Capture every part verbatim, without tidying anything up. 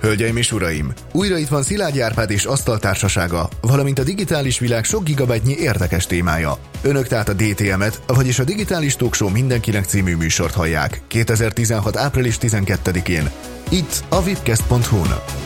Hölgyeim és uraim! Újra itt van Szilágyi Árpád és Asztaltársasága, valamint a digitális világ sok gigabájtnyi érdekes témája. Önök tehát a dé té em-et, vagyis a Digitális Talk Show mindenkinek című műsort hallják kétezer-tizenhat április tizenkettedikén, itt a webcast pont hu-n.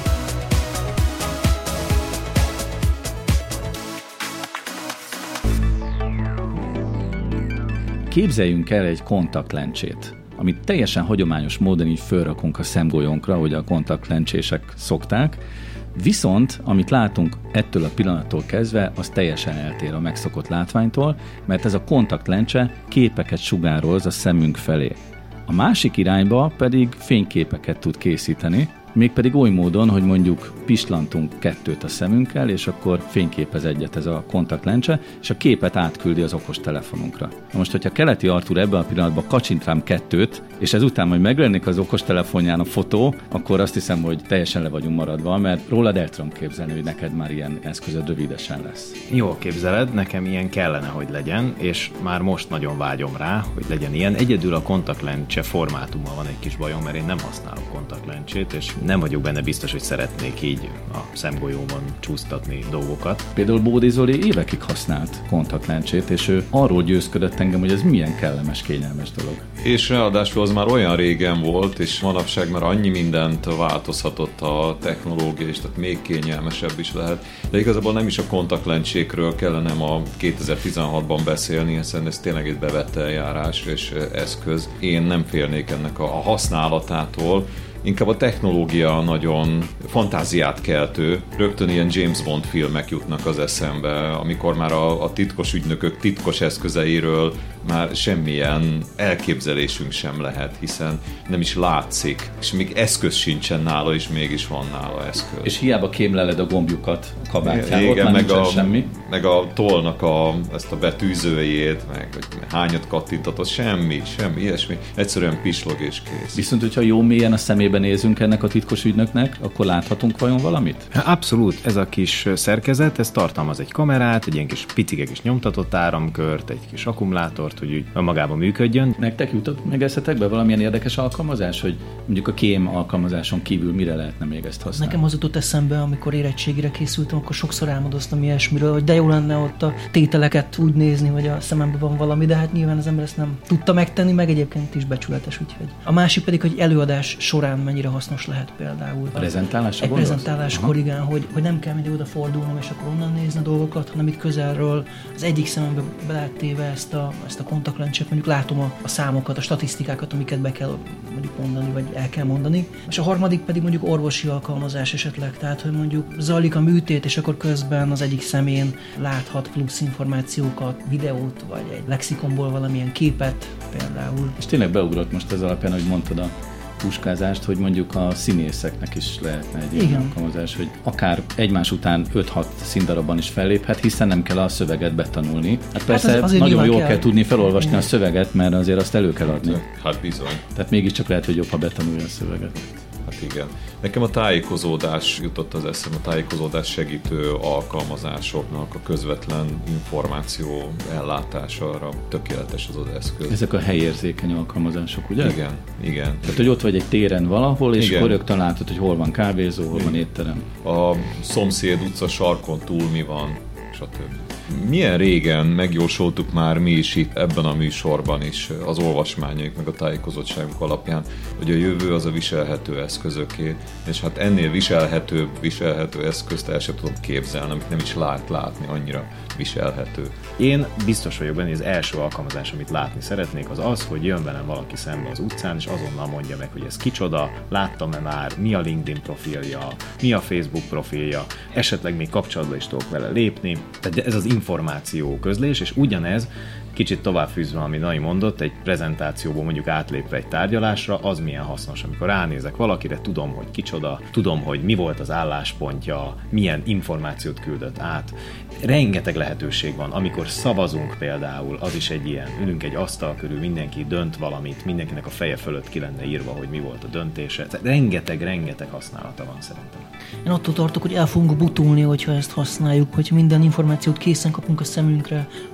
Képzeljünk el egy kontaktlencsét, amit teljesen hagyományos módon így fölrakunk a szemgolyónkra, hogy a kontaktlencsések szokták, viszont amit látunk ettől a pillanattól kezdve, az teljesen eltér a megszokott látványtól, mert ez a kontaktlencse képeket sugároz a szemünk felé. A másik irányba pedig fényképeket tud készíteni, mégpedig oly módon, hogy mondjuk pislantunk kettőt a szemünkkel, és akkor fényképez egyet ez a kontaktlencse, és a képet átküldi az okostelefonunkra. Na most, hogyha Keleti Artúr ebben a pillanatban kacsint rám kettőt, és ezután majd megjelenik az okostelefonján a fotó, akkor azt hiszem, hogy teljesen le vagyunk maradva, mert rólad el tudom képzelni, hogy neked már ilyen eszközöd rövidesen lesz. Jól képzeled, nekem ilyen kellene, hogy legyen, és már most nagyon vágyom rá, hogy legyen ilyen. Egyedül a kontaktlencse formátummal van egy kis bajom, mert én nem használok kontaktlencsét, és nem vagyok benne biztos, hogy szeretnék így a szemgolyóban csúsztatni dolgokat. Például Bódi Zoli évekig használt kontaktlencsét, és ő arról győzködött engem, hogy ez milyen kellemes, kényelmes dolog. És ráadásul az már olyan régen volt, és manapság már annyi mindent változhatott a technológia, és tehát még kényelmesebb is lehet. De igazából nem is a kontaktlencsékről kellene ma kétezer-tizenhatban beszélni, hiszen ez tényleg egy bevett eljárás és eszköz. Én nem félnék ennek a használatától. Inkább a technológia nagyon fantáziát keltő. Rögtön ilyen James Bond filmek jutnak az eszembe, amikor már a, a titkos ügynökök titkos eszközeiről már semmilyen elképzelésünk sem lehet, hiszen nem is látszik, és még eszköz sincsen nála, és mégis van nála eszköz. És hiába kémleled a gombjukat a kabátján, igen, ott meg a, semmi. meg a tollnak a, ezt a betűzőjét, meg hogy hányat kattintatott, semmi, semmi, ilyesmi. Egyszerűen pislog és kész. Viszont, hogyha jó mélyen a szemébe nézünk ennek a titkos ügynöknek, akkor láthatunk vajon valamit? Abszolút, ez a kis szerkezet, ez tartalmaz egy kamerát, egy ilyen kis picike kis nyomtatott áramkört, egy kis akkumulátort, hogy úgy magában működjön. Nektek jutott meg eszetekbe valamilyen érdekes alkalmazás, hogy mondjuk a kém alkalmazáson kívül mire lehetne még ezt használni? Nekem az jutott eszembe, amikor érettségire készültem, akkor sokszor álmodoztam ilyesmiről, hogy de jó lenne ott a tételeket úgy nézni, hogy a szememben van valami, de hát nyilván az ember ezt nem tudta megtenni, meg egyébként is becsületes, úgyhogy. A másik pedig, hogy előadás során mennyire hasznos lehet például. A prezentálásra Egy gondolsz? prezentáláskor, igen, hogy, hogy nem kell mindig odafordulnom, és akkor onnan nézni a dolgokat, hanem itt közelről az egyik szemembe be lehet téve ezt a, ezt a kontaktlencsét, mondjuk látom a, a számokat, a statisztikákat, amiket be kell mondjuk mondani, vagy el kell mondani. És a harmadik pedig mondjuk orvosi alkalmazás esetleg, tehát hogy mondjuk zajlik a műtét, és akkor közben az egyik szemén láthat plusz információkat, videót, vagy egy lexikonból valamilyen képet például. És tényleg beugrott most ez alapján, hogy mondtad a puskázást, hogy mondjuk a színészeknek is lehetne egy ilyen alkalmazás, hogy akár egymás után öt-hat színdarabban is felléphet, hiszen nem kell a szöveget betanulni. Hát persze hát az, nagyon jól kell. kell tudni felolvasni Igen. a szöveget, mert azért azt elő kell adni. Hát bizony. Tehát mégiscsak lehet, hogy jobb, ha betanulja a szöveget. Hát igen. Nekem a tájékozódás jutott az eszem, a tájékozódás segítő alkalmazásoknak a közvetlen információ ellátására tökéletes az az eszköz. Ezek a helyérzékeny alkalmazások, ugye? Igen, igen. Tehát, hogy ott vagy egy téren valahol, és igen. akkor rögtön látod, hogy hol van kávézó, hol igen. van étterem. A szomszéd utca sarkon túl mi van, stb. Milyen régen megjósoltuk már mi is itt ebben a műsorban is az olvasmányaik meg a tájékozottságuk alapján, hogy a jövő az a viselhető eszközöké, és hát ennél viselhetőbb, viselhető eszközt el sem tudom képzelni, amit nem is lát látni, annyira viselhető. Én biztos vagyok benne, hogy az első alkalmazás, amit látni szeretnék, az az, hogy jön velem valaki szembe az utcán, és azonnal mondja meg, hogy ez kicsoda, láttam-e már, mi a LinkedIn profilja, mi a Facebook profilja, esetleg még kapcsolatba is tudok vele lépni. Tehát ez az információ közlés, és ugyanez kicsit továbbfűzve, amit Nai mondott, egy prezentációból mondjuk átlépve egy tárgyalásra, az milyen hasznos, amikor ránézek valakire, tudom, hogy kicsoda, tudom, hogy mi volt az álláspontja, milyen információt küldött át. Rengeteg lehetőség van, amikor szavazunk például, az is egy ilyen, ülünk egy asztal körül, mindenki dönt valamit, mindenkinek a feje fölött ki lenne írva, hogy mi volt a döntése. Rengeteg, rengeteg használata van szerintem. Én attól tartok, hogy el fogunk butulni, hogyha ezt használjuk, hogy minden információt készen kapunk a szemünkre,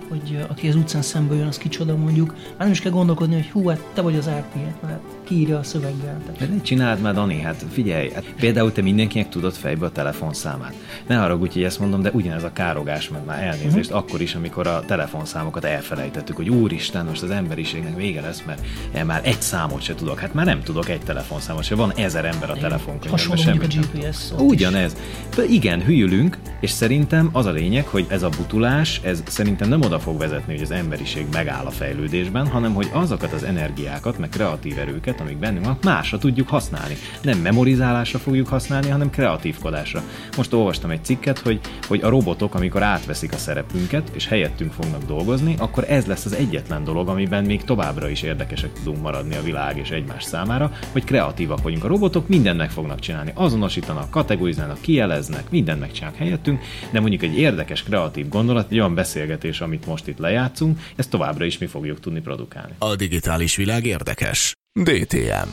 hogy aki az utcán szembe jön, az kicsoda mondjuk. Már nem is kell gondolkodni, hogy hú, hát te vagy az er pé, mert kiírja a szöveggel. De ne csináld már, Dani, hát figyelj, hát például te mindenkinek tudod fejbe a telefonszámát. Ne haragudj, hogy ezt mondom, de ugyanez a károgás, mert már elnézést, uh-huh. akkor is, amikor a telefonszámokat elfelejtettük, hogy úristen, most az emberiségnek vége lesz, mert én már egy számot se tudok. Hát már nem tudok egy telefonszámot se, van ezer ember a telefonkönyvben. Hasonló, a gé pé es. Ugyanez. De igen, hülyülünk, és szerintem az a lényeg, hogy ez a butulás, ez szerintem nem oda fog vezetni, hogy az emberiség megáll a fejlődésben, hanem hogy azokat az energiákat, meg kreatív erőket, amik bennünk van, másra tudjuk használni. Nem memorizálásra fogjuk használni, hanem kreatívkodásra. Most olvastam egy cikket, hogy, hogy a robotok, amikor átveszik a szerepünket, és helyettünk fognak dolgozni, akkor ez lesz az egyetlen dolog, amiben még továbbra is érdekesek tudunk maradni a világ és egymás számára, hogy kreatívak vagyunk. A robotok mindent meg fognak csinálni, azonosítanak, kategorizálnak, kijeleznek, mindent megcsinálnak helyettünk, de mondjuk egy érdekes, kreatív gondolat, egy olyan beszélgetés, amit most itt lejátszunk, ezt továbbra is mi fogjuk tudni produkálni. A digitális világ érdekes. dé té em.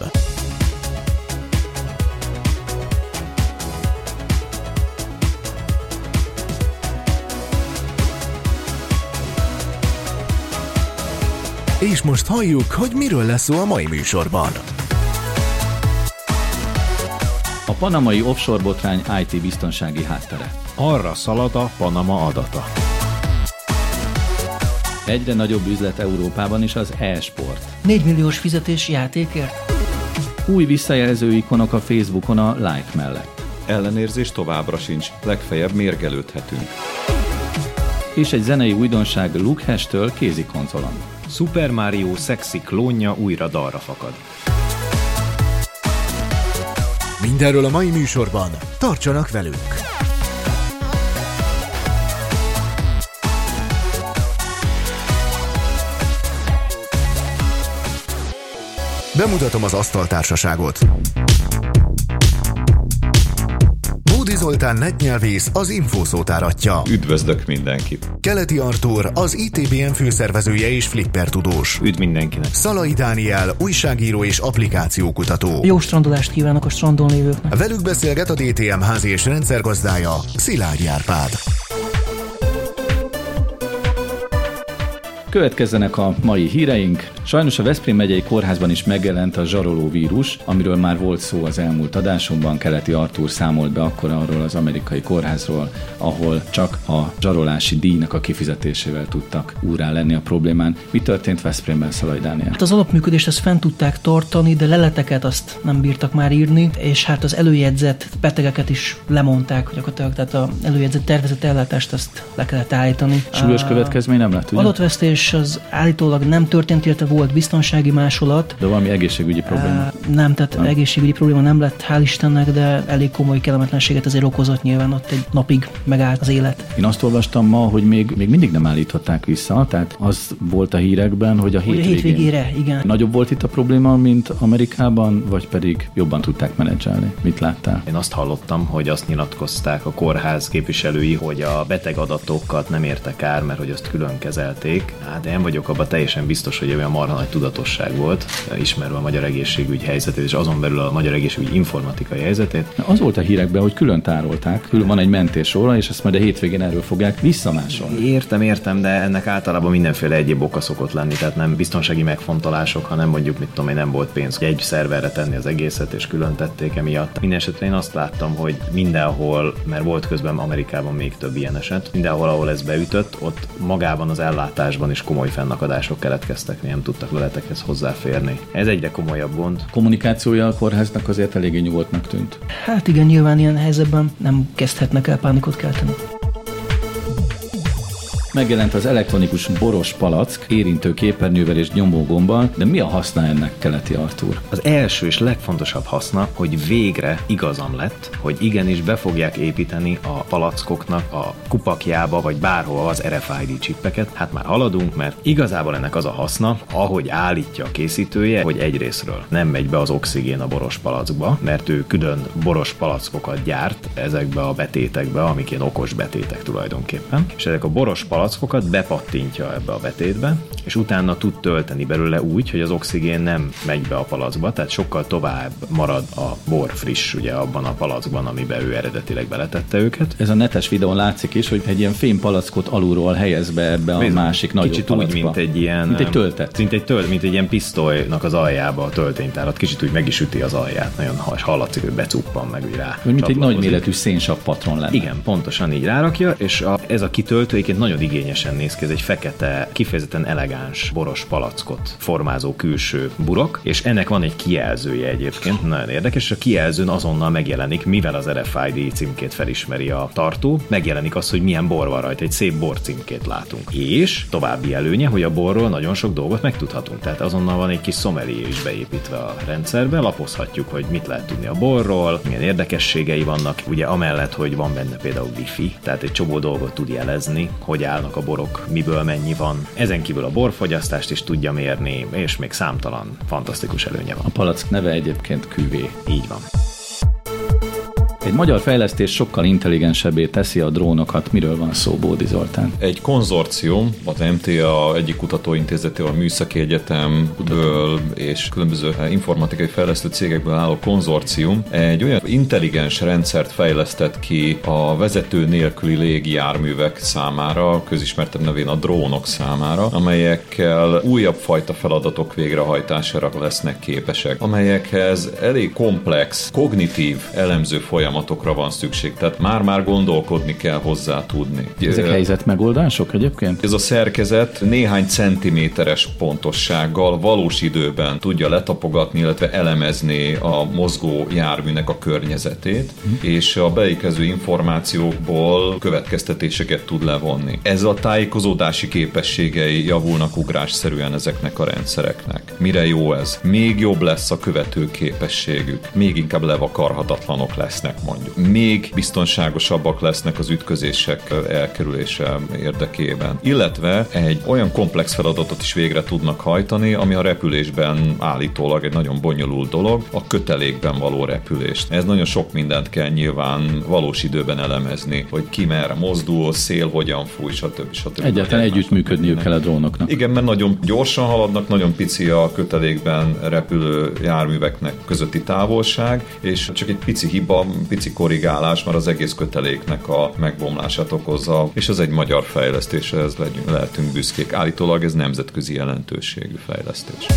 És most halljuk, hogy miről lesz szó a mai műsorban. A panamai offshore botrány i té biztonsági háttere. Arra szalad a Panama adata. Egyre nagyobb üzlet Európában is az e-sport. négy milliós fizetés játékért? Új visszajelző ikonok a Facebookon a like mellett. Ellenérzés továbbra sincs, legfeljebb mérgelődhetünk. És egy zenei újdonság Luke Hash-től kézikonzolon. Super Mario szexi klónja újra dalra fakad. Mindenről a mai műsorban. Tartsanak velünk! Bemutatom az asztaltársaságot. Bódi Zoltán netnyelvész, az infószótáratja. Üdvözlök mindenkit! Keleti Artúr, az i té bé em főszervezője és flipper tudós. Üdv mindenkinek! Szalai Dániel, újságíró és applikációkutató. Jó strandolást kívánok a strandon lévőknek. Velük beszélget a dé té em házi és rendszergazdája, Szilágyi Árpád. Következzenek a mai híreink. Sajnos a Veszprém megyei kórházban is megjelent a zsaroló vírus, amiről már volt szó az elmúlt adásunkban. Keleti Artúr számolt be akkor arról az amerikai kórházról, ahol csak a zsarolási díjnak a kifizetésével tudtak úrrá lenni a problémán. Mi történt Veszprémben, Szalai Dániel? Hát az alapműködést ezt fent tudták tartani, de leleteket azt nem bírtak már írni, és hát az előjegyzett betegeket is lemondták, gyakorlatilag, tehát az előjegyzett tervezett ellátást azt le kellett állítani. Súlyos következmény nem lett, ugye? Adatvesztés az állítólag nem történt, illetve volt biztonsági másolat. De valami egészségügyi probléma? Nem, tehát nem. Egészségügyi probléma nem lett, hál' Istennek, de elég komoly kellemetlenséget azért okozott, nyilván ott egy napig megállt az élet. Én azt olvastam ma, hogy még, még mindig nem állították vissza, tehát az volt a hírekben, hogy a hétvégén. Hogy a hétvégére, igen. Nagyobb volt itt a probléma, mint Amerikában, vagy pedig jobban tudták menedzselni? Mit láttál? Én azt hallottam, hogy azt nyilatkozták a kórház képviselői, hogy a beteg adatokat nem értek ár, mert hogy azt külön kezelték. Hát én vagyok abban teljesen biztos, hogy olyan marha nagy tudatosság volt, ismerve a magyar egészségügy helyzetét, és azon belül a magyar egészségügy informatikai helyzetét. Az volt a hírekben, hogy külön tárolták, külön van egy mentés róla, és ezt majd a hétvégén erről fogják visszamásolni. Értem, értem, de ennek általában mindenféle egyéb oka szokott lenni, tehát nem biztonsági megfontolások, hanem mondjuk, mit tudom én, nem volt pénz, hogy egy szerverre tenni az egészet, és külön tették emiatt. Mindenesetre én azt láttam, hogy mindenhol, mert volt közben Amerikában még több ilyen eset, mindenhol, ahol ez beütött, ott magában az ellátásban is komoly fennakadások keletkeztek, nem tudtak leletekhez hozzáférni. Ez egyre komolyabb gond. Kommunikációja a kórháznak azért eléggé nyugodtnak tűnt. Hát igen, nyilván ilyen helyzetben nem kezdhetnek el pánikot kelteni. Megjelent az elektronikus boros palack, érintő képernyővel és nyomógombbal, de mi a haszna ennek, Keleti Artúr? Az első és legfontosabb haszna, hogy végre igazam lett, hogy igenis be fogják építeni a palackoknak a kupakjába, vagy bárhol az er ef i dé csippeket. Hát már haladunk, mert igazából ennek az a haszna, ahogy állítja a készítője, hogy egyrészről nem megy be az oxigén a boros palackba, mert ő külön boros palackokat gyárt ezekbe a betétekbe, amik ilyen okos betétek tulajdonképpen. És ezek a boros palackokat bepattintja ebbe a betétbe, és utána tud tölteni belőle úgy, hogy az oxigén nem megy be a palackba, tehát sokkal tovább marad a bor friss ugye abban a palackban, amiben ő eredetileg beletette őket. Ez a netes videón látszik is, hogy egy ilyen fémpalackot alulról helyez be ebbe a Bizony, másik nagyobb kicsit palackba. úgy, mint egy ilyen... Mint egy töltet. Mint egy tölt, mint egy ilyen pisztolynak az aljába a tölténytárat, kicsit úgy meg is üti az alját, nagyon hallatszik, hogy becuppan meg úgy rá. Mint egy nagyméretű szénsav patron lenne. Igen, pontosan így rárakja, és a, ez a kitöltő egyébként nagyon igényesen néz ki, ez egy fekete, kifejezetten elegáns boros palackot formázó külső burok, és ennek van egy kijelzője egyébként, nagyon érdekes, és a kijelzőn azonnal megjelenik, mivel az er ef i dé címkét felismeri a tartó, megjelenik az, hogy milyen bor van rajta, egy szép bor címkét látunk. És további előnye, hogy a borról nagyon sok dolgot megtudhatunk. Tehát azonnal van egy kis sommelier is beépítve a rendszerbe, lapozhatjuk, hogy mit lehet tudni a borról, milyen érdekességei vannak, ugye amellett, hogy van benne például wifi, tehát egy csomó dolgot tud jelezni, hogy állnak a borok, miből mennyi van. Ezen kívül a borfogyasztást is tudja mérni, és még számtalan fantasztikus előnye van. A palack neve egyébként küvé. Így van. Egy magyar fejlesztés sokkal intelligensebbé teszi a drónokat. Miről van szó, Bódi Zoltán? Egy konzorcium, az em té á egyik kutatóintézetével, a Műszaki Egyetemből és különböző informatikai fejlesztő cégekből álló konzorcium egy olyan intelligens rendszert fejlesztett ki a vezető nélküli légijárművek számára, közismertebb nevén a drónok számára, amelyekkel újabb fajta feladatok végrehajtására lesznek képesek, amelyekhez elég komplex, kognitív elemző folyamat van szükség, tehát már-már gondolkodni kell hozzá tudni. Ezek helyzetmegoldások egyébként? Ez a szerkezet néhány centiméteres pontossággal valós időben tudja letapogatni, illetve elemezni a mozgó járműnek a környezetét, hm. és a beékező információkból következtetéseket tud levonni. Ez a tájékozódási képességei javulnak ugrásszerűen ezeknek a rendszereknek. Mire jó ez? Még jobb lesz a követő képességük. Még inkább levakarhatatlanok lesznek mondjuk. Még biztonságosabbak lesznek az ütközések elkerülése érdekében. Illetve egy olyan komplex feladatot is végre tudnak hajtani, ami a repülésben állítólag egy nagyon bonyolult dolog, a kötelékben való repülést. Ez nagyon sok mindent kell nyilván valós időben elemezni, hogy ki merre mozdul, szél hogyan fúj, stb. stb. Egyáltalán együttműködniük kell a drónoknak. Igen, mert nagyon gyorsan haladnak, nagyon pici a kötelékben repülő járműveknek közötti távolság, és csak egy pici hiba, pici korrigálás már az egész köteléknek a megbomlását okozza, és ez egy magyar fejlesztés, ez lehetünk büszkék. Állítólag ez nemzetközi jelentőségű fejlesztés.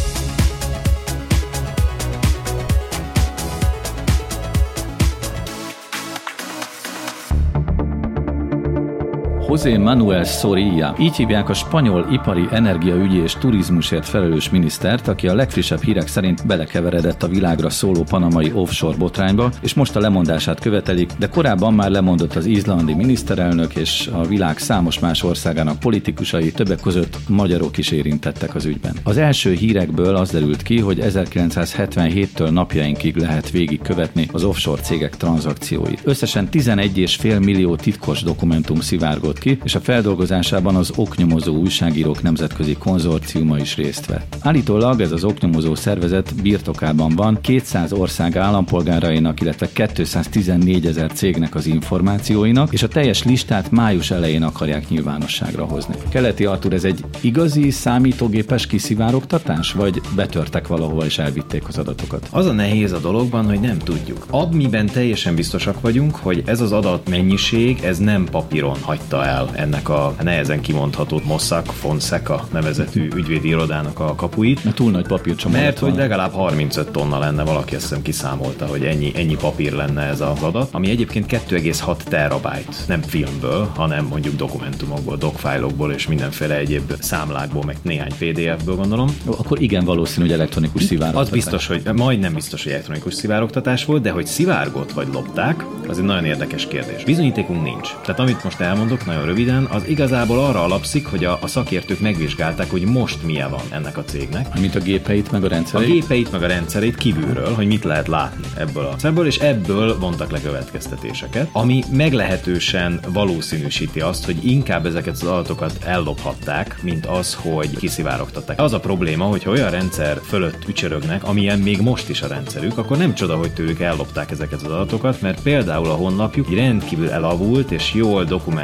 José Manuel Zorrilla. Így hívják a spanyol ipari, energiaügyi és turizmusért felelős minisztert, aki a legfrissebb hírek szerint belekeveredett a világra szóló panamai offshore botrányba, és most a lemondását követelik, de korábban már lemondott az izlandi miniszterelnök és a világ számos más országának politikusai, többek között magyarok is érintettek az ügyben. Az első hírekből az derült ki, hogy ezerkilencszázhetvenhéttől napjainkig lehet végigkövetni az offshore cégek tranzakcióit. Összesen tizenegy egész öt millió titkos dokumentum szivárgott ki, és a feldolgozásában az oknyomozó újságírók nemzetközi konzorciuma is részt vett. Állítólag ez az oknyomozó szervezet birtokában van kétszáz ország állampolgárainak, illetve kétszáztizennégy ezer cégnek az információinak, és a teljes listát május elején akarják nyilvánosságra hozni. Keleti Artúr, ez egy igazi számítógépes kiszivárogtatás, vagy betörtek valahova és elvitték az adatokat? Az a nehéz a dologban, hogy nem tudjuk. Amiben teljesen biztosak vagyunk, hogy ez az adatmennyiség, ez nem papíron hagyta el ennek a nehezen kimondható Mossack Fonseca nevezetű ügyvédi irodának a kapuit. Mert túl nagy papírcsomag. Mert hogy legalább harmincöt tonna lenne, valaki azt hiszem kiszámolta, hogy ennyi, ennyi papír lenne ez az adat, ami egyébként kettő egész hat terabyte, nem filmből, hanem mondjuk dokumentumokból, docfile-okból és mindenféle egyéb számlákból, meg néhány pé dé ef-ből gondolom. Jó, akkor igen valószínű, hogy elektronikus szivárogtatás. Az biztos, hogy majdnem biztos, hogy elektronikus szivárogtatás volt, de hogy szivárgott vagy lopták, az egy nagyon érdekes kérdés. Bizonyítékunk nincs. Tehát amit most elmondok nagyon röviden, az igazából arra alapszik, hogy a, a szakértők megvizsgálták, hogy most milyen van ennek a cégnek. Mint a gépeit, meg a rendszereit? A gépeit, meg a rendszereit kívülről, hogy mit lehet látni ebből a szerből, és ebből vontak le következtetéseket, ami meglehetősen valószínűsíti azt, hogy inkább ezeket az adatokat ellophatták, mint az, hogy kiszivárogtatták. Az a probléma, hogy ha olyan rendszer fölött ücsörögnek, amilyen még most is a rendszerük, akkor nem csoda, hogy tőlük ellopták ezeket az adatokat, mert például a honlapjuk rendkívül elavult és jól dokumentált,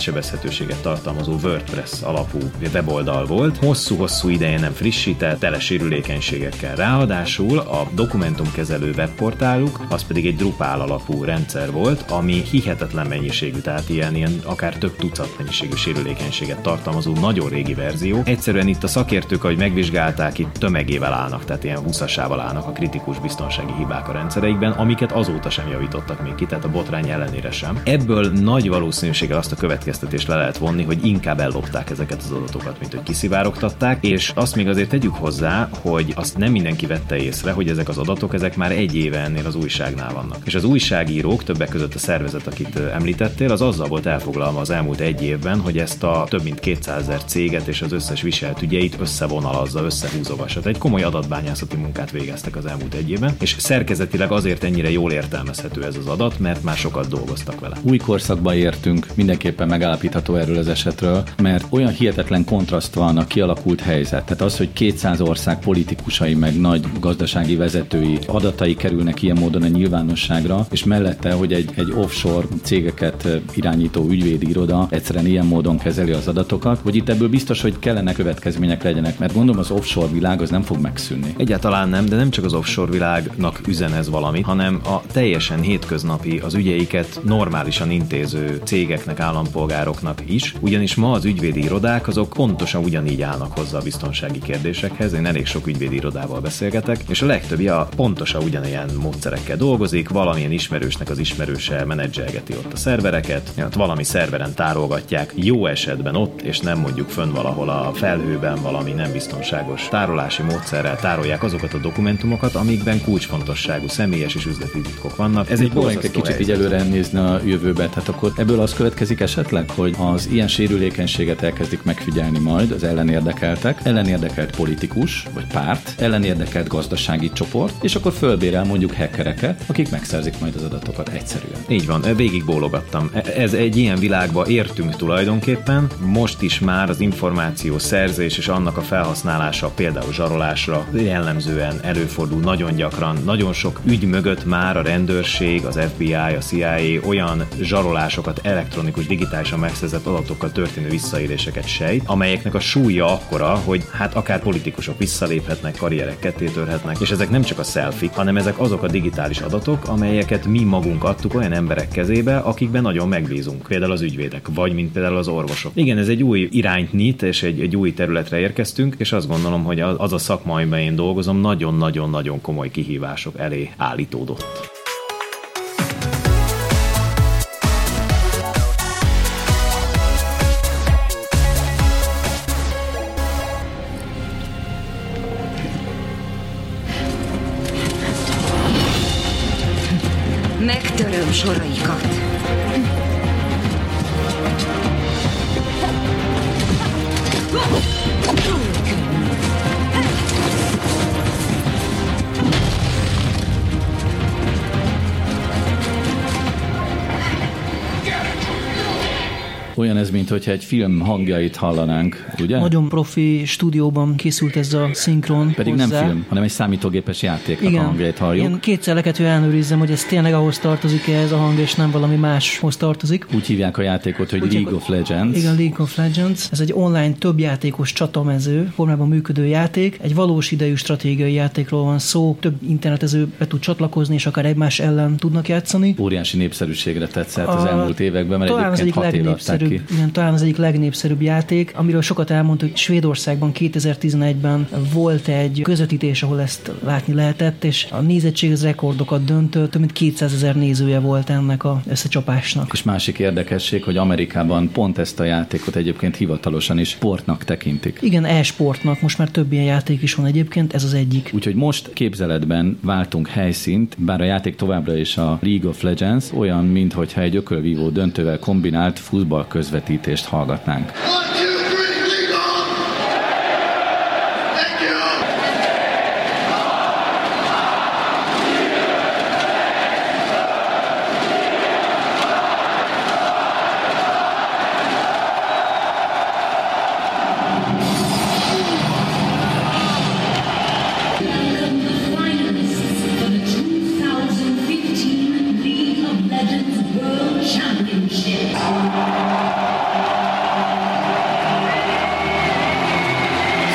átsebezhetőséget tartalmazó WordPress alapú weboldal volt. Hosszú-hosszú ideje nem frissített, tele sérülékenységekkel. Ráadásul a dokumentumkezelő webportáluk, az pedig egy Drupal alapú rendszer volt, ami hihetetlen mennyiségű, tehát ilyen, ilyen akár több tucat mennyiségű sérülékenységet tartalmazó nagyon régi verzió. Egyszerűen itt a szakértők, ahogy megvizsgálták, itt tömegével állnak, tehát ilyen huszasával állnak a kritikus biztonsági hibák a rendszereikben, amiket azóta sem javítottak még ki, tehát a botrány ellenére sem. Ebből nagy valószínűséggel azt a következtetést le lehet vonni, hogy inkább ellopták ezeket az adatokat, mint hogy kiszivárogtatták, és azt még azért tegyük hozzá, hogy azt nem mindenki vette észre, hogy ezek az adatok, ezek már egy éve ennél az újságnál vannak. És az újságírók, többek között a szervezet, akit említettél, az azzal volt elfoglalva az elmúlt egy évben, hogy ezt a több mint kétszázezer céget és az összes viselt ügyeit összevonalazza, összehúzogassa. Egy komoly adatbányászati munkát végeztek az elmúlt egy évben, és szerkezetileg azért ennyire jól értelmezhető ez az adat, mert már sokat dolgoztak vele. Új korszakba értünk, mindenképpen megállapítható erről az esetről, mert olyan hihetetlen kontraszt van a kialakult helyzet. Tehát az, hogy kétszáz ország politikusai meg nagy gazdasági vezetői adatai kerülnek ilyen módon a nyilvánosságra, és mellette, hogy egy, egy offshore cégeket irányító ügyvédi iroda egyszerűen ilyen módon kezeli az adatokat, hogy itt ebből biztos, hogy kellene következmények legyenek, mert gondolom az offshore világ az nem fog megszűnni. Egyáltalán nem, de nem csak az offshore világnak üzen ez valamit, hanem a teljesen hétköznapi, az ügyeiket normálisan intéző cégeknek, állampolgároknak is, ugyanis ma az ügyvédi irodák azok pontosan ugyanígy állnak hozzá a biztonsági kérdésekhez. Én elég sok ügyvédi irodával beszélgetek, és a legtöbbje a pontosan ugyanilyen módszerekkel dolgozik, valamilyen ismerősnek az ismerőse menedzselgeti ott a szervereket, ott valami szerveren tárolgatják, jó esetben ott, és nem mondjuk fönn valahol a felhőben valami nem biztonságos tárolási módszerrel tárolják azokat a dokumentumokat, amikben kulcsfontosságú személyes és üzleti titkok vannak. Ez egy borzasztó egy kicsit így előre nézni a jövőbe, tehát akkor ebből az következik esetleg, hogy az ilyen sérülékenységet elkezdik megfigyelni majd az ellenérdekeltek, ellenérdekelt politikus vagy párt, ellenérdekelt gazdasági csoport, és akkor fölbérel mondjuk hackereket, akik megszerzik majd az adatokat egyszerűen. Így van, végig bólogattam. Ez egy ilyen világba értünk tulajdonképpen. Most is már az információ szerzés és annak a felhasználása például zsarolásra jellemzően előfordul nagyon gyakran. Nagyon sok ügy mögött már a rendőrség, az ef bé i, a cé i á olyan zsarolásokat, elektronikus, digitálisan megszerzett adatokkal történő visszaéléseket sejt, amelyeknek a súlya akkora, hogy hát akár politikusok visszaléphetnek, karrierek kettétörhetnek, és ezek nem csak a selfie, hanem ezek azok a digitális adatok, amelyeket mi magunk adtuk olyan emberek kezébe, akikben nagyon megbízunk. Például az ügyvédek, vagy mint például az orvosok. Igen, ez egy új irányt nyit, és egy, egy új területre érkeztünk, és azt gondolom, hogy az a szakma, amiben én dolgozom, nagyon-nagyon-nagyon komoly kihívások elé állítódott. Megtöröm soraikat. Olyan ez, mint hogyha egy film hangjait hallanánk, ugye? Nagyon profi stúdióban készült ez a szinkron. Pedig hozzá. nem film, hanem egy számítógépes játéknak Igen. a hangjait halljuk. Én kétszer le kellett, hogy ellenőrizzem, hogy ez tényleg ahhoz tartozik-e ez a hang, és nem valami máshoz tartozik. Úgy hívják a játékot, hogy Úgy League of Legends. Igen, League of Legends. Ez egy online többjátékos csatamező formában működő játék. Egy valós idejű stratégiai játékról van szó. Több internetező be tud csatlakozni, és akár egymás ellen tudnak játszani. Óriási népszerűségre tett szert az A, elmúlt években, mert talán az egyébként egyik hat éve adták ki. Igen, talán az egyik legnépszerűbb játék, amiről sokat elmondta, hogy Svédországban kétezer-tizenegyben volt egy közvetítés, ahol ezt látni lehetett, és a nézettség az rekordokat döntött, több mint kétszázezer nézője volt ennek az összecsapásnak. És másik érdekesség, hogy Amerikában pont ezt a játékot egyébként hivatalosan is sportnak tekintik. Igen, e-sportnak, most már több ilyen játék is van egyébként, ez az egyik. Úgyhogy most képzeletben váltunk helyszínt, bár a játék továbbra is a League of Legends, olyan, minthogyha egy ökölvívó döntővel kombinált futball közvetítést hallgatnánk.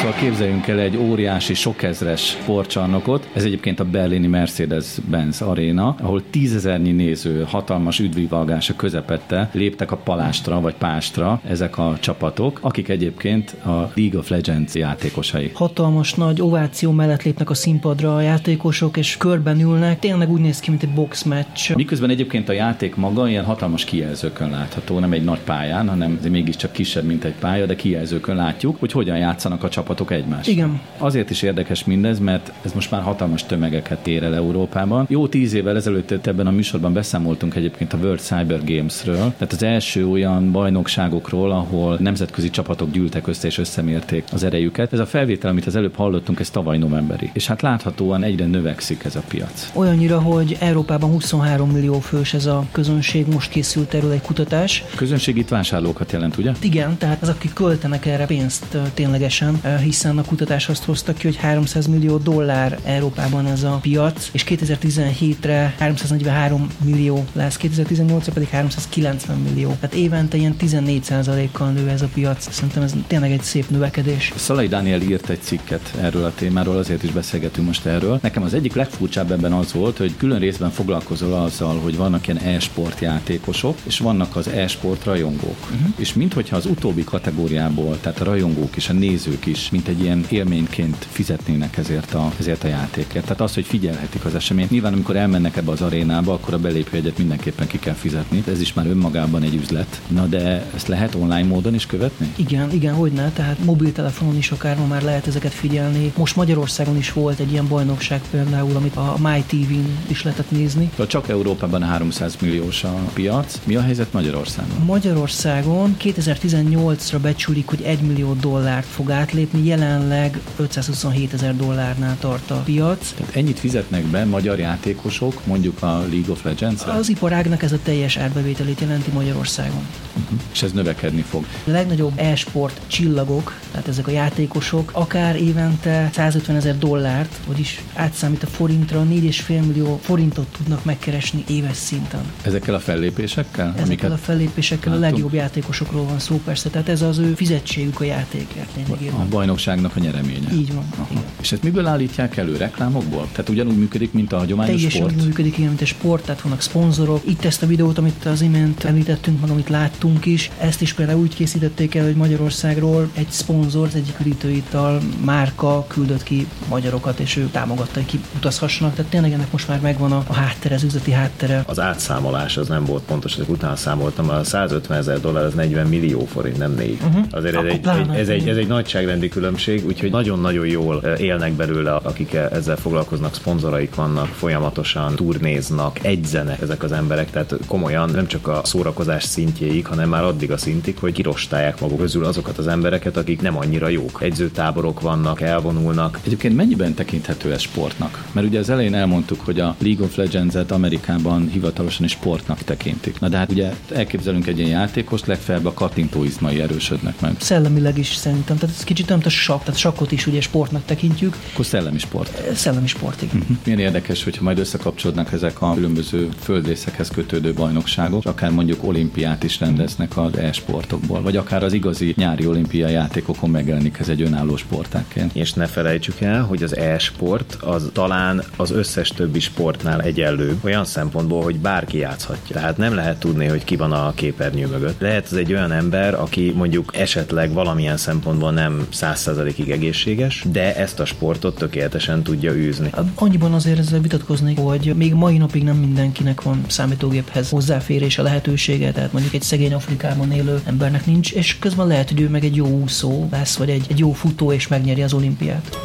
Szóval képzeljünk el egy óriási, sokezres sportcsarnokot. Ez egyébként a berlini Mercedes-Benz Arena, ahol tízezernyi néző hatalmas üdvivalgása közepette léptek a palástra vagy pástra ezek a csapatok, akik egyébként a League of Legends játékosai. Hatalmas nagy ováció mellett lépnek a színpadra a játékosok, és körben ülnek. Tényleg úgy néz ki, mint egy boxmatch. Miközben egyébként a játék maga ilyen hatalmas kijelzőkön látható, nem egy nagy pályán, hanem mégiscsak kisebb, mint egy pálya, de kijelzőkön látjuk, hogy hogyan játszanak a csapatok egymást. Igen. Azért is érdekes mindez, mert ez most már hatalmas tömegeket ér el Európában. Jó tíz évvel ezelőtt ebben a műsorban beszámoltunk egyébként a World Cyber Games-ről, tehát az első olyan bajnokságokról, ahol nemzetközi csapatok gyűltek össze és összemérték az erejüket. Ez a felvétel, amit az előbb hallottunk, ez tavaly novemberi. És hát láthatóan egyre növekszik ez a piac. Olyannyira, hogy Európában huszonhárom millió fős ez a közönség, most készült erről egy kutatás. Közönség itt vásárlókat jelent, ugye? Igen, tehát az, akik költenek erre pénzt ténylegesen, hiszen a kutatás azt hozta ki, hogy háromszáz millió dollár Európában ez a piac, és kétezer-tizenhétre háromszáznegyvenhárom millió lesz, kétezer-tizennyolcra pedig háromszázkilencven millió. Tehát évente ilyen tizennégy százalékkal nő ez a piac. Szerintem ez tényleg egy szép növekedés. Szalai Dániel írt egy cikket erről a témáról, azért is beszélgetünk most erről. Nekem az egyik legfurcsább ebben az volt, hogy külön részben foglalkozol azzal, hogy vannak ilyen e-sport játékosok, és vannak az e-sport rajongók. Uh-huh. És minthogyha az utóbbi kategóriából, tehát a rajongók és a nézők is, mint egy ilyen élményként fizetnének ezért a, ezért a játékért. Tehát az, hogy figyelhetik az eseményt. Nyilván, amikor elmennek ebbe az arénába, akkor a belépőjegyet mindenképpen ki kell fizetni. Ez is már önmagában egy üzlet. Na de ezt lehet online módon is követni? Igen, igen, hogyne. Tehát mobiltelefonon is akár ma már lehet ezeket figyelni. Most Magyarországon is volt egy ilyen bajnokság például, amit a MyTV-n is lehetett nézni. Csak Európában háromszáz milliós a piac. Mi a helyzet Magyarországon? Magyarországon kétezer-tizennyolcra becsülik, hogy egy millió dollárt fog átlépni, jelenleg ötszázhuszonhétezer dollárnál tart a piac. Tehát ennyit fizetnek be magyar játékosok, mondjuk a League of Legends-re? Az iparágnak ez a teljes árbevételét jelenti Magyarországon. Uh-huh. És ez növekedni fog. A legnagyobb e-sport csillagok, tehát ezek a játékosok, akár évente százötvenezer dollárt, vagyis átszámít a forintra, négy egész öt millió forintot tudnak megkeresni éves szinten. Ezekkel a fellépésekkel? Ezekkel a fellépésekkel látunk. A legjobb játékosokról van szó persze, tehát ez az ő fizetségük a játékért. A bajnokságnak a nyereménye. Így van. És ezt miből állítják elő? Reklámokból? Tehát ugyanúgy működik, mint a hagyományos Teljesen sport? Teljesen működik, ilyen, mint a sport, tehát vannak szponzorok. Itt ezt a videót, amit az imént említettünk, meg amit láttunk is, ezt is például úgy készítették el, hogy Magyarországról egy szponzor, az egyik üdítőital márka küldött ki magyarokat, és ő támogatta, hogy kiutazhassanak. Tehát tényleg ennek most már megvan a, a háttere, az üzleti háttere. Az átszámolás az nem volt pontos, hogy utána számoltam, a százötvenezer dollár az negyven millió forint, nem négy. Uh-huh. Azért ez egy, egy, ez, egy, ez egy nagyságrendi különbség, úgyhogy nagyon-nagyon jól élnek belőle, akik ezzel foglalkoznak, szponzoraik vannak, folyamatosan turnéznak, egyzenek ezek az emberek, tehát komolyan nem csak a szórakozás szintjéig, hanem már addig a szintig, hogy kirostálják maguk közül azokat az embereket, akik nem annyira jók. Egyzőtáborok vannak, elvonulnak. Egyébként mennyiben tekinthető ez sportnak? Mert ugye az elején elmondtuk, hogy a League of Legends-et Amerikában hivatalosan is sportnak tekintik. Na de hát ugye elképzelünk egy ilyen játékost, legfeljebb a kattintóizmai erősödnek meg. Szellemileg is szerintem, tehát ez kicsit nem a sakk, tehát sakkot is ugye sportnak tekintjük. Akkor szellemi sport. Szellemi sport, igen. Uh-huh. Milyen érdekes, hogyha majd összekapcsolódnak ezek a különböző földrészekhez kötődő bajnokságok, akár mondjuk olimpiát is rendeznek az e-sportokból, vagy akár az igazi nyári olimpiai játékokon megjelenik ez egy önálló sportágként. És ne felejtsük el, hogy az e-sport az talán az összes többi sportnál egyenlő, olyan szempontból, hogy bárki játszhatja. Tehát nem lehet tudni, hogy ki van a képernyő mögött. Lehet az egy olyan ember, aki mondjuk esetleg valamilyen szempontból nem száz százalékig egészséges, de ezt a sportot tökéletesen tudja űzni. Annyiban azért ezzel vitatkoznék, hogy még mai napig nem mindenkinek van számítógéphez hozzáférése, lehetősége, tehát mondjuk egy szegény Afrikában élő embernek nincs, és közben lehet, hogy ő meg egy jó úszó lesz, vagy egy, egy jó futó, és megnyeri az olimpiát.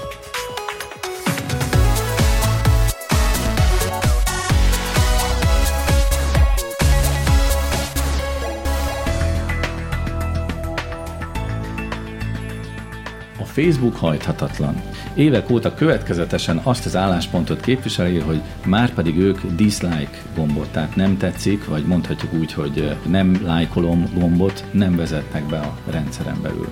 Facebook hajthatatlan. Évek óta következetesen azt az álláspontot képviseli, hogy már pedig ők dislike gombot, tehát nem tetszik, vagy mondhatjuk úgy, hogy nem lájkolom gombot nem vezetnek be a rendszeren belül.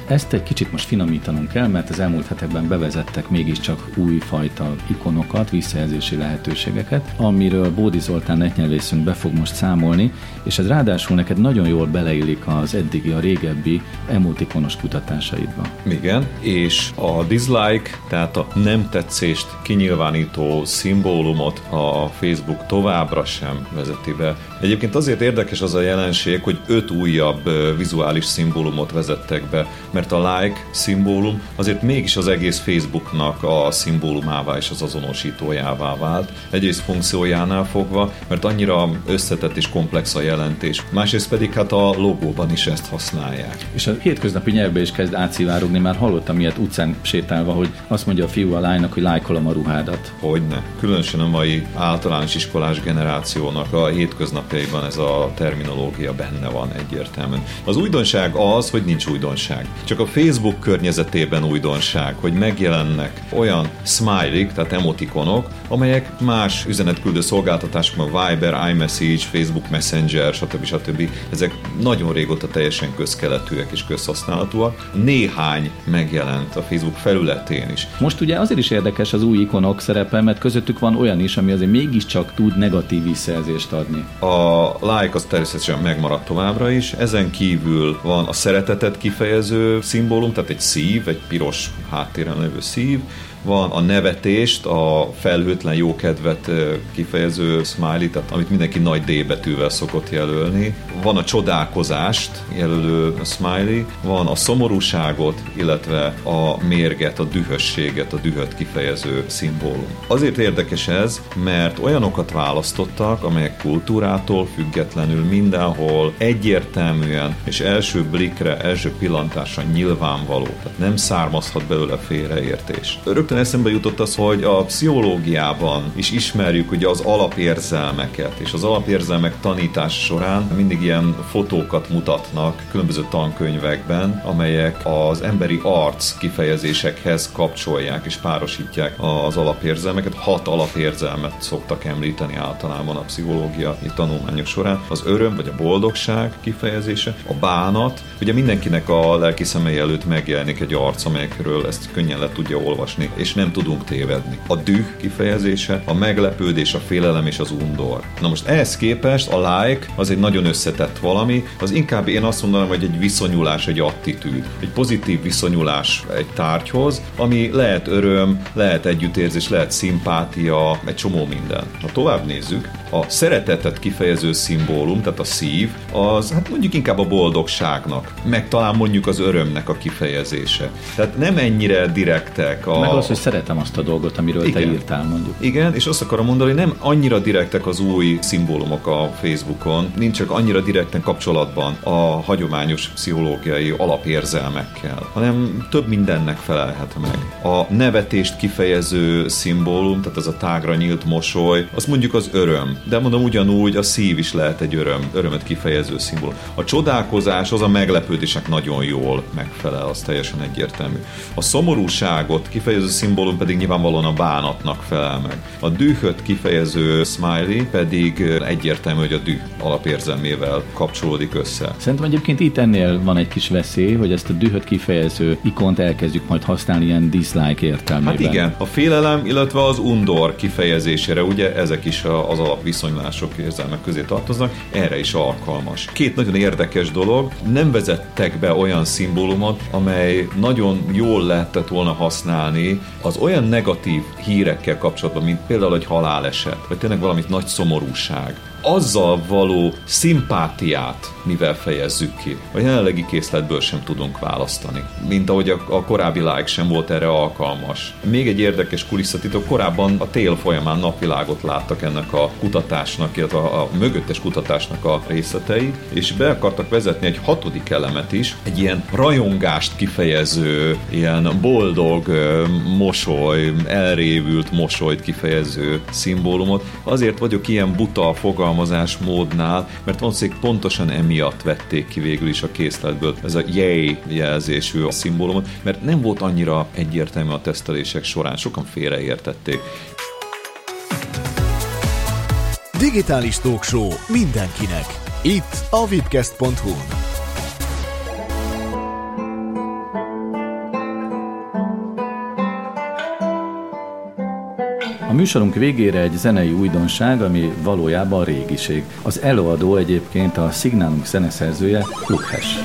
Ezt egy kicsit most finomítanunk kell, mert az elmúlt hetekben bevezettek mégiscsak újfajta ikonokat, visszajelzési lehetőségeket, amiről Bódi Zoltán netnyelvészünk be fog most számolni, és ez ráadásul neked nagyon jól beleillik az eddigi, a régebbi emotikonos kutatásaidba. Igen, és a dislike, tehát a nem tetszést kinyilvánító szimbólumot a Facebook továbbra sem vezeti be. Egyébként azért érdekes az a jelenség, hogy öt újabb vizuális szimbólumot vezettek be, mert a like szimbólum azért mégis az egész Facebooknak a szimbólumává és az azonosítójává vált. Egyrészt funkciójánál fogva, mert annyira összetett és komplex a jelentés. Másrészt pedig hát a logóban is ezt használják. És a hétköznapi nyelvbe is kezd átszivárogni, már hallottam ilyet utcán sétálva, hogy azt mondja a fiú a lánynak, hogy lájkolom a ruhádat. Hogyne. Különösen a mai általános iskolás generációnak a hétköznapjaiban ez a terminológia benne van egyértelműen. Az újdonság az, hogy nincs újdonság. Csak a Facebook környezetében újdonság, hogy megjelennek olyan smiley-k, tehát emotikonok, amelyek más üzenetküldő szolgáltatások, a Viber, iMessage, Facebook Messenger, stb. stb. Ezek nagyon régóta teljesen közkeletűek és közhasználatúak. Néhány megjelent a Facebook felületén is. Most ugye azért is érdekes az új ikonok szerepe, mert közöttük van olyan is, ami azért mégiscsak tud negatív visszajelzést adni. A like az természetesen megmaradt továbbra is, ezen kívül van a szeretetet kifejező szimbólum, tehát egy szív, egy piros háttéren lévő szív, van a nevetést, a felhőtlen jókedvet kifejező smiley, tehát amit mindenki nagy D betűvel szokott jelölni. Van a csodálkozást jelölő smiley, van a szomorúságot, illetve a mérget, a dühösséget, a dühöt kifejező szimbólum. Azért érdekes ez, mert olyanokat választottak, amelyek kultúrától függetlenül mindenhol egyértelműen és első blikre, első pillantásra nyilvánvaló. Tehát nem származhat belőle félreértés. Rögtön eszembe jutott az, hogy a pszichológiában is ismerjük ugye az alapérzelmeket, és az alapérzelmek tanítása során mindig ilyen fotókat mutatnak különböző tankönyvekben, amelyek az emberi arc kifejezésekhez kapcsolják és párosítják az alapérzelmeket. Hat alapérzelmet szoktak említeni általában a pszichológiai tanulmányok során. Az öröm vagy a boldogság kifejezése, a bánat, ugye mindenkinek a lelki szemei előtt megjelenik egy arc, amelyekről ezt könnyen le tudja olvasni, és nem tudunk tévedni. A düh kifejezése, a meglepődés, a félelem és az undor. Na most ehhez képest a like az egy nagyon összetett valami, az inkább én azt mondanám, hogy egy viszonyulás, egy attitűd, egy pozitív viszonyulás egy tárgyhoz, ami lehet öröm, lehet együttérzés, lehet szimpátia, egy csomó minden. Ha tovább nézzük, a szeretetet kifejező szimbólum, tehát a szív, az hát mondjuk inkább a boldogságnak, meg talán mondjuk az örömnek a kifejezése. Tehát nem ennyire direktek a... Meg az, hogy szeretem azt a dolgot, amiről igen. te írtál, mondjuk. Igen, és azt akarom mondani, hogy nem annyira direktek az új szimbólumok a Facebookon, nincs annyira direkten kapcsolatban a hagyományos pszichológiai alapérzelmekkel, hanem több mindennek felelhet meg. A nevetést kifejező szimbólum, tehát az a tágra nyílt mosoly, az mondjuk az öröm, de mondom ugyanúgy a szív is lehet egy öröm, örömet kifejező szimbólum. A csodálkozás az a meglepődésnek nagyon jól megfelel, az teljesen egyértelmű. A szomorúságot kifejező szimbólum pedig nyilvánvalóan a bánatnak felel meg. A dühöt kifejező smiley pedig egyértelmű, hogy a düh alapérzelmével kapcsolódik össze. Szerintem egyébként itt ennél van egy kis veszély, hogy ezt a dühöt kifejező ikont elkezdjük majd használni ilyen dislike értelmében. Hát igen, a félelem, illetve az undor kifejezésére, ugye ezek is az alapviszonylások érzelmek közé tartoznak, erre is alkalmas. Két nagyon érdekes dolog, nem vezettek be olyan szimbólumot, amely nagyon jól lehetett volna használni az olyan negatív hírekkel kapcsolatban, mint például egy haláleset, vagy tényleg valamit nagy szomorúság. Azzal való szimpátiát mivel fejezzük ki. A jelenlegi készletből sem tudunk választani. Mint ahogy a, a korábbi like sem volt erre alkalmas. Még egy érdekes kulisszatitok, korábban a tél folyamán napvilágot láttak ennek a kutatásnak, illetve a, a mögöttes kutatásnak a részletei, és be akartak vezetni egy hatodik elemet is, egy ilyen rajongást kifejező, ilyen boldog mosoly, elrévült mosolyt kifejező szimbólumot. Azért vagyok ilyen buta fogalmazásmódnál, mert valószínűleg pontosan emiatt vették ki végül is a készletből ez a yay jelzésű a szimbólumot, mert nem volt annyira egyértelmű a tesztelések során, sokan félreértették. Digitális Talk Show mindenkinek. Itt a webcast pont hu-n. A műsorunk végére egy zenei újdonság, ami valójában régiség. Az előadó egyébként a Signálunk zeneszerzője, Luke Hash.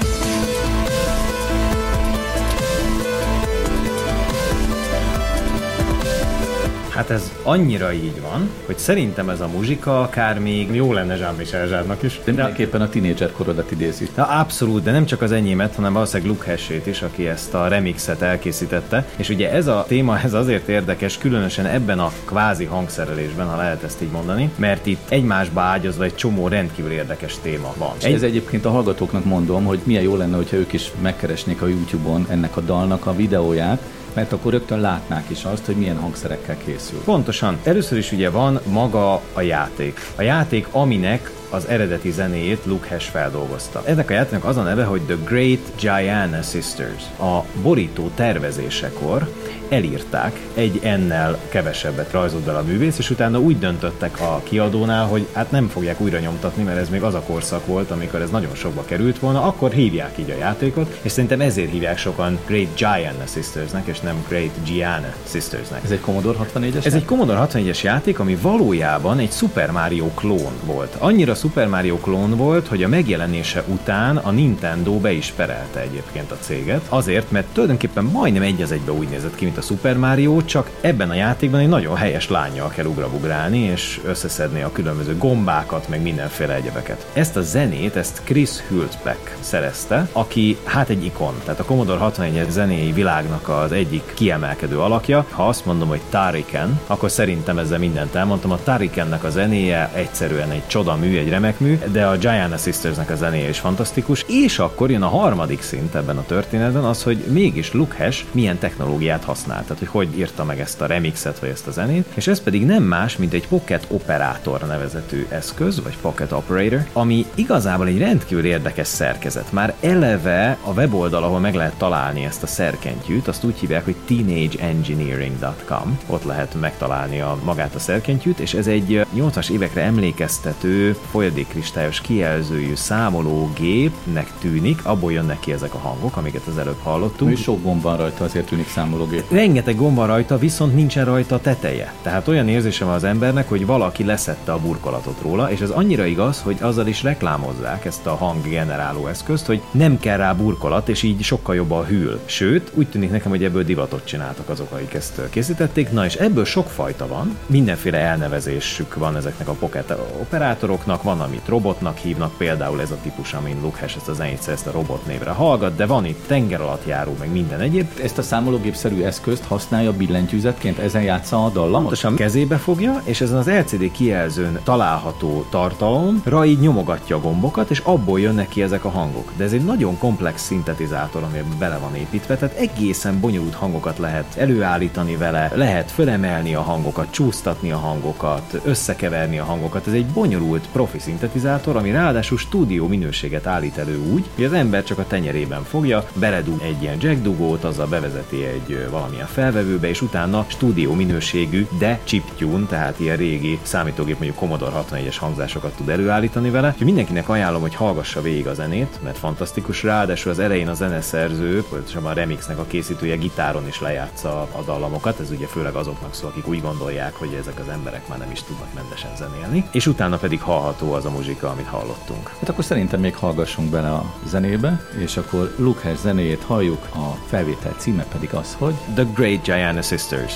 Hát ez annyira így van, hogy szerintem ez a muzsika akár még jó lenne Jean-Michel Jarre-nak is. De mindenképpen a tínédzser korodat idézi. Na, abszolút, de nem csak az enyémet, hanem valószínűleg Luke Hash-ét is, aki ezt a remixet elkészítette. És ugye ez a téma, ez azért érdekes, különösen ebben a kvázi hangszerelésben, ha lehet ezt így mondani, mert itt egymásba ágyazva egy csomó rendkívül érdekes téma van. Egy... Ez egyébként a hallgatóknak mondom, hogy milyen jó lenne, hogyha ők is megkeresnék a YouTube-on ennek a dalnak a videóját, mert akkor rögtön látnák is azt, hogy milyen hangszerekkel készül. Pontosan. Először is ugye van maga a játék. A játék, aminek az eredeti zenéjét Luke Hash feldolgozta. Ennek a játéknak az a neve, hogy The Great Gianna Sisters. A borító tervezésekor elírták, egy ennel kevesebbet rajzolt bele a művész, és utána úgy döntöttek a kiadónál, hogy hát nem fogják újra nyomtatni, mert ez még az a korszak volt, amikor ez nagyon sokba került volna, akkor hívják így a játékot, és szerintem ezért hívják sokan Great Gianna Sistersnek, és nem Great Gianna Sistersnek. Ez egy Commodore hatvannégyes? Ez egy Commodore hatvannégyes játék, ami valójában egy Super Mario klón volt. Annyira Super Mario klón volt, hogy a megjelenése után a Nintendo be is perelte egyébként a céget. Azért, mert tulajdonképpen majdnem egy az egybe úgy nézett ki, mint a Super Mario, csak ebben a játékban egy nagyon helyes lánnyal kell ugrabugrálni, és összeszedni a különböző gombákat, meg mindenféle egyebeket. Ezt a zenét, ezt Chris Hultbeck szerezte, aki hát egy ikon, tehát a Commodore hatvannégyes zenéi világnak az egyik kiemelkedő alakja. Ha azt mondom, hogy Tariken, akkor szerintem ezzel mindent elmondtam. A Tarikennek a zenéje egyszerűen egy csodamű, egy remek mű, de a Gianna Sistersnek a zenéje is fantasztikus, és akkor jön a harmadik szint ebben a történetben az, hogy mégis Luke Hash milyen technológiát használ, tehát hogy hogy írta meg ezt a remixet, vagy ezt a zenét, és ez pedig nem más, mint egy Pocket Operator nevezetű eszköz, vagy Pocket Operator, ami igazából egy rendkívül érdekes szerkezet. Már eleve a weboldal, ahol meg lehet találni ezt a szerkentyűt, azt úgy hívják, hogy teenage engineering dot com, ott lehet megtalálni a, magát a szerkentyűt, és ez egy nyolcvanas évekre emlékeztető folyadékkristályos kijelzőjű számológépnek tűnik, abból jönnek ki ezek a hangok, amiket az előbb hallottunk. És sok gomb van rajta, azért tűnik számológép. Rengeteg gomb van rajta, viszont nincsen rajta teteje. Tehát olyan érzése van az embernek, hogy valaki leszedte a burkolatot róla, és ez annyira igaz, hogy azzal is reklámozzák ezt a hanggeneráló eszközt, hogy nem kell rá burkolat, és így sokkal jobban hűl. Sőt, úgy tűnik nekem, hogy ebből divatot csináltak azok, akik ezt készítették. Na és ebből sok fajta van, mindenféle elnevezésük van ezeknek a pocket operátoroknak, van, amit robotnak hívnak, például ez a típus, amin Luke Hash ezt a zenét ezt a robot névre hallgat, de van itt tenger alatt járó, meg minden egyéb. Ezt a számológépszerű eszközt használja billentyűzetként, ezen játsza a dallamot? Pontosan kezébe fogja, és ezen az el cé dé kijelzőn található tartalomra így nyomogatja a gombokat, és abból jönnek ki ezek a hangok. De ez egy nagyon komplex szintetizátor, ami bele van építve, tehát egészen bonyolult hangokat lehet előállítani vele, lehet fölemelni a hangokat, csúsztatni a hangokat, összekeverni a hangokat. Ez egy bonyolult profi szintetizátor, ami ráadásul stúdió minőséget állít elő úgy, hogy az ember csak a tenyerében fogja, beledug egy ilyen jack dugót, azzal bevezeti egy valamilyen felvevőbe, és utána stúdió minőségű, de chiptune, tehát ilyen régi számítógép, mondjuk Commodore hatvannégyes hangzásokat tud előállítani vele. Úgyhogy mindenkinek ajánlom, hogy hallgassa végig a zenét, mert fantasztikus. Ráadásul az elején a zeneszerző, pontosabban a remixnek a készítője gitáron is lejátsza a dallamokat, ez ugye főleg azoknak szól, akik úgy gondolják, hogy ezek az emberek már nem is tudnak mendesen zenélni, és utána pedig hallható az a muzsika, amit hallottunk. Hát akkor szerintem még hallgassunk bele a zenébe, és akkor Luke Hash zenéjét halljuk, a felvétel címe pedig az, hogy The Great Gianna Sisters.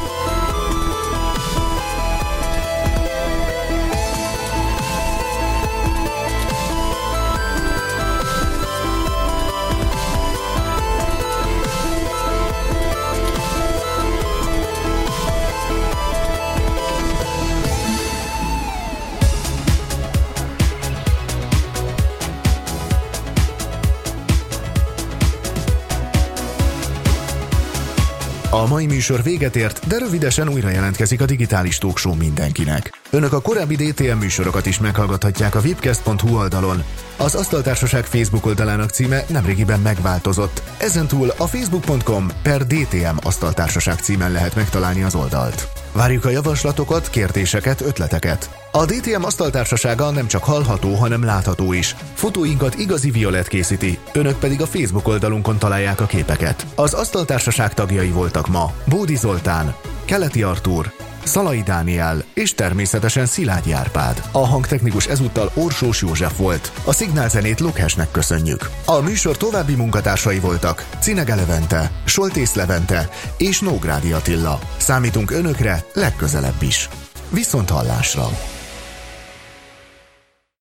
A mai műsor véget ért, de rövidesen újra jelentkezik a digitális talkshow mindenkinek. Önök a korábbi dé té em műsorokat is meghallgathatják a webcast pont hu oldalon. Az Asztaltársaság Facebook oldalának címe nemrégiben megváltozott. Ezentúl a facebook pont com per dé té em Asztaltársaság címen lehet megtalálni az oldalt. Várjuk a javaslatokat, kérdéseket, ötleteket. A dé té em Asztaltársasága nem csak hallható, hanem látható is. Fotóinkat igazi Violet készíti, önök pedig a Facebook oldalunkon találják a képeket. Az Asztaltársaság tagjai voltak ma Bódi Zoltán, Keleti Artúr, Szalai Dániel és természetesen Szilágyi Árpád. A hangtechnikus ezúttal Orsós József volt. A szignálzenét Lukhesnek köszönjük. A műsor további munkatársai voltak Cinege Levente, Soltész Levente és Nógrádi Attila. Számítunk önökre legközelebb is. Viszont hallásra!